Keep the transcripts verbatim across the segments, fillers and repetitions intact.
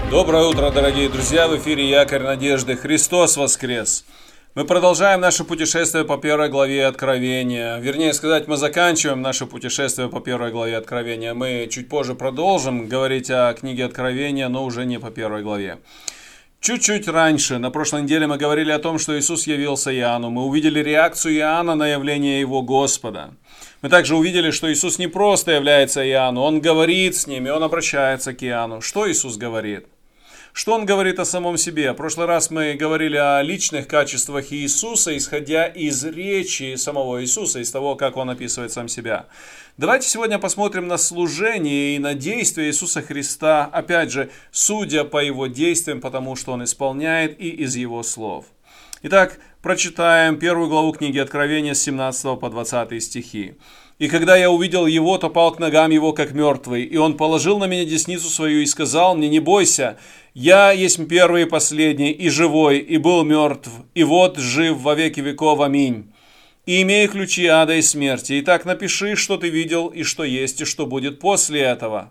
Доброе утро, дорогие друзья! В эфире Якорь Надежды. Христос воскрес! Мы продолжаем наше путешествие по первой главе Откровения. Вернее сказать, мы заканчиваем наше путешествие по первой главе Откровения. Мы чуть позже продолжим говорить о книге Откровения, но уже не по первой главе. Чуть-чуть раньше, на прошлой неделе, мы говорили о том, что Иисус явился Иоанну. Мы увидели реакцию Иоанна на явление его Господа. Мы также увидели, что Иисус не просто является Иоанну, Он говорит с ними, Он обращается к Иоанну. Что Иисус говорит? Что Он говорит о самом себе? В прошлый раз мы говорили о личных качествах Иисуса, исходя из речи самого Иисуса, из того, как Он описывает сам себя. Давайте сегодня посмотрим на служение и на действия Иисуса Христа, опять же, судя по Его действиям, потому что Он исполняет, и из Его слов. Итак, прочитаем первую главу книги Откровения с семнадцатого по двадцатый стихи. «И когда я увидел его, то пал к ногам его, как мертвый, и он положил на меня десницу свою и сказал мне: не бойся, я есть первый и последний, и живой, и был мертв, и вот жив во веки веков, аминь. И имею ключи ада и смерти. Итак, напиши, что ты видел, и что есть, и что будет после этого.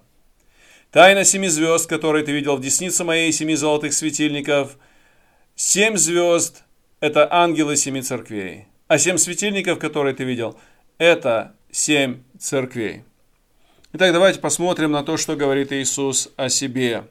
Тайна семи звезд, которые ты видел в деснице моей, семи золотых светильников. Семь звезд – это ангелы семи церквей, а семь светильников, которые ты видел, это семь церквей». Итак, давайте посмотрим на то, что говорит Иисус о себе.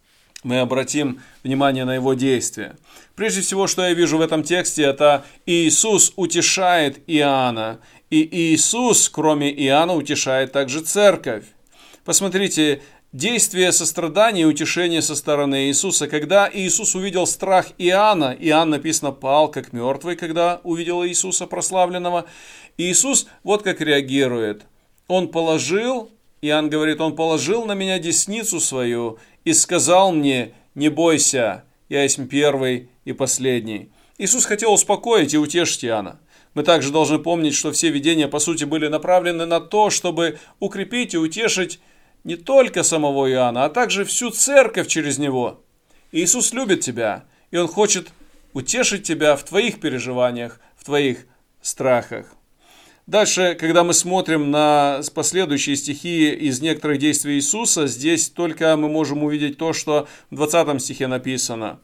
Мы обратим внимание на Его действия. Прежде всего, что я вижу в этом тексте, это Иисус утешает Иоанна. И Иисус, кроме Иоанна, утешает также церковь. Посмотрите, действие сострадания и утешения со стороны Иисуса. Когда Иисус увидел страх Иоанна, Иоанн, написано, пал как мертвый, когда увидел Иисуса прославленного. Иисус вот как реагирует. Он положил, Иоанн говорит, Он положил на меня десницу свою и сказал мне: не бойся, я есть первый и последний. Иисус хотел успокоить и утешить Иоанна. Мы также должны помнить, что все видения, по сути, были направлены на то, чтобы укрепить и утешить не только самого Иоанна, а также всю церковь через него. Иисус любит тебя, и Он хочет утешить тебя в твоих переживаниях, в твоих страхах. Дальше, когда мы смотрим на последующие стихи из некоторых действий Иисуса, здесь только мы можем увидеть то, что в двадцатом стихе написано.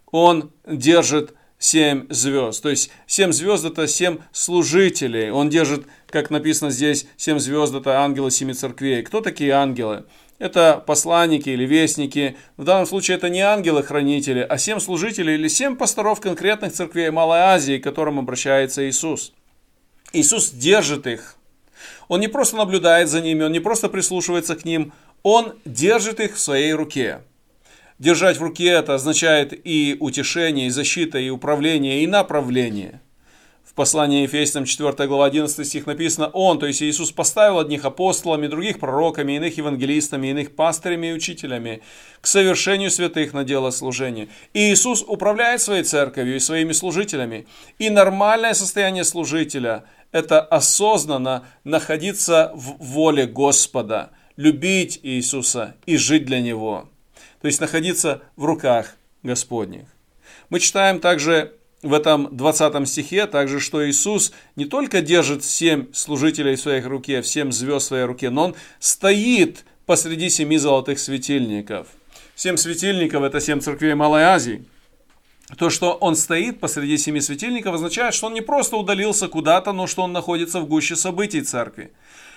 Он держит семь звезд. То есть семь звезд – это семь служителей. Он держит, как написано здесь, семь звезд – это ангелы семи церквей. Кто такие ангелы? Это посланники или вестники. В данном случае это не ангелы-хранители, а семь служителей или семь пасторов конкретных церквей Малой Азии, к которым обращается Иисус. Иисус держит их. Он не просто наблюдает за ними, Он не просто прислушивается к ним, Он держит их в своей руке. Держать в руке – это означает и утешение, и защита, и управление, и направление. В послании Ефесянам четвёртая глава одиннадцатый стих написано: Он, то есть Иисус, поставил одних апостолами, других пророками, иных евангелистами, иных пастырями и учителями к совершению святых на дело служения. И Иисус управляет своей церковью и своими служителями. И нормальное состояние служителя – это осознанно находиться в воле Господа, любить Иисуса и жить для Него. То есть находиться в руках Господних. Мы читаем также в этом двадцатом стихе, также, что Иисус не только держит семь служителей в своей руке, семь звезд в своей руке, но Он стоит посреди семи золотых светильников. Семь светильников – это семь церквей Малой Азии. То, что Он стоит посреди семи светильников, означает, что Он не просто удалился куда-то, но что Он находится в гуще событий церкви.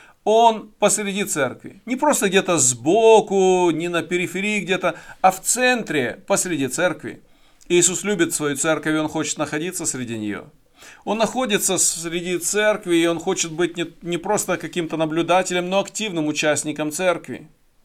Он посреди церкви. Не просто где-то сбоку, не на периферии где-то, а в центре, посреди церкви. Иисус любит свою церковь, и Он хочет находиться среди нее. Он находится среди церкви, и Он хочет быть не, не просто каким-то наблюдателем, но активным участником церкви.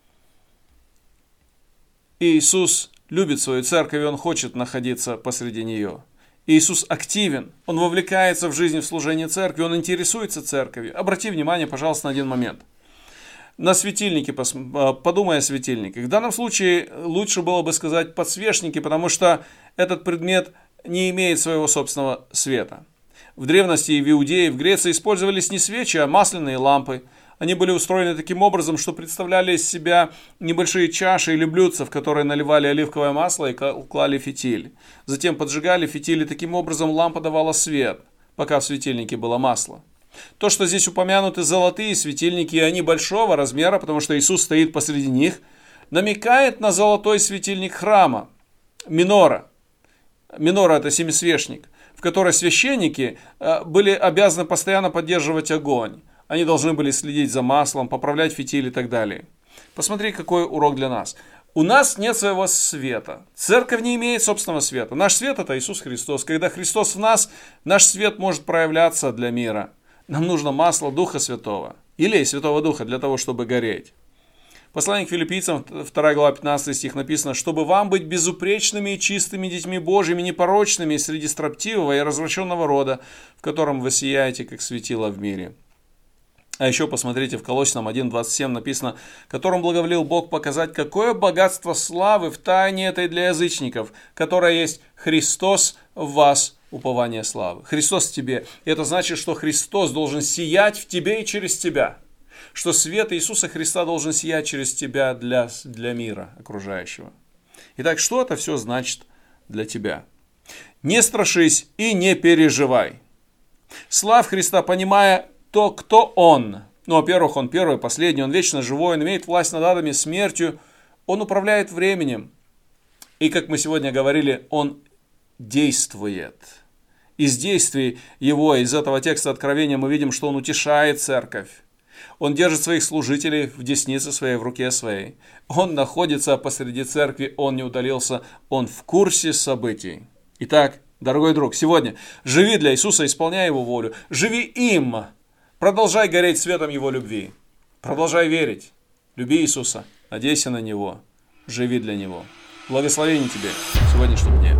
Иисус любит свою церковь, и Он хочет находиться посреди нее. Иисус активен, Он вовлекается в жизнь, в служение церкви, Он интересуется церковью. Обрати внимание, пожалуйста, на один момент. На светильники, подумай о светильниках. В данном случае лучше было бы сказать подсвечники, потому что этот предмет не имеет своего собственного света. В древности и в Иудее, и в Греции использовались не свечи, а масляные лампы. Они были устроены таким образом, что представляли из себя небольшие чаши или блюдца, в которые наливали оливковое масло и клали фитиль. Затем поджигали фитиль, и таким образом лампа давала свет, пока в светильнике было масло. То, что здесь упомянуты золотые светильники, они большого размера, потому что Иисус стоит посреди них. намекает на золотой светильник храма, минора. Минора – это семисвечник, в которой священники были обязаны постоянно поддерживать огонь. Они должны были следить за маслом, поправлять фитиль и так далее. Посмотри, какой урок для нас. У нас нет своего света. Церковь не имеет собственного света. Наш свет – это Иисус Христос. Когда Христос в нас, наш свет может проявляться для мира. Нам нужно масло Духа Святого. Или Святого Духа для того, чтобы гореть. Послание к Филиппийцам, вторая глава, пятнадцатый стих написано: «Чтобы вам быть безупречными и чистыми детьми Божьими, непорочными среди строптивого и развращенного рода, в котором вы сияете, как светило в мире». А еще посмотрите, в Колоссянам один двадцать семь написано: «Которым благоволил Бог показать, какое богатство славы в тайне этой для язычников, которая есть Христос в вас, упование славы». Христос в тебе. Это значит, что Христос должен сиять в тебе и через тебя. Что свет Иисуса Христа должен сиять через тебя для, для мира окружающего. Итак, что это все значит для тебя? Не страшись и не переживай. Славь Христа, понимая то, кто Он. Ну, во-первых, Он первый, последний, Он вечно живой, Он имеет власть над адами, смертью. Он управляет временем. И, как мы сегодня говорили, Он действует. Из действий Его, из этого текста Откровения мы видим, что Он утешает церковь. Он держит своих служителей в деснице своей, в руке своей. Он находится посреди церкви, Он не удалился, Он в курсе событий. Итак, дорогой друг, сегодня живи для Иисуса, исполняй Его волю. Живи им. Продолжай гореть светом Его любви. Продолжай верить. Люби Иисуса. Надейся на Него. Живи для Него. Благословение тебе в сегодняшнем дне.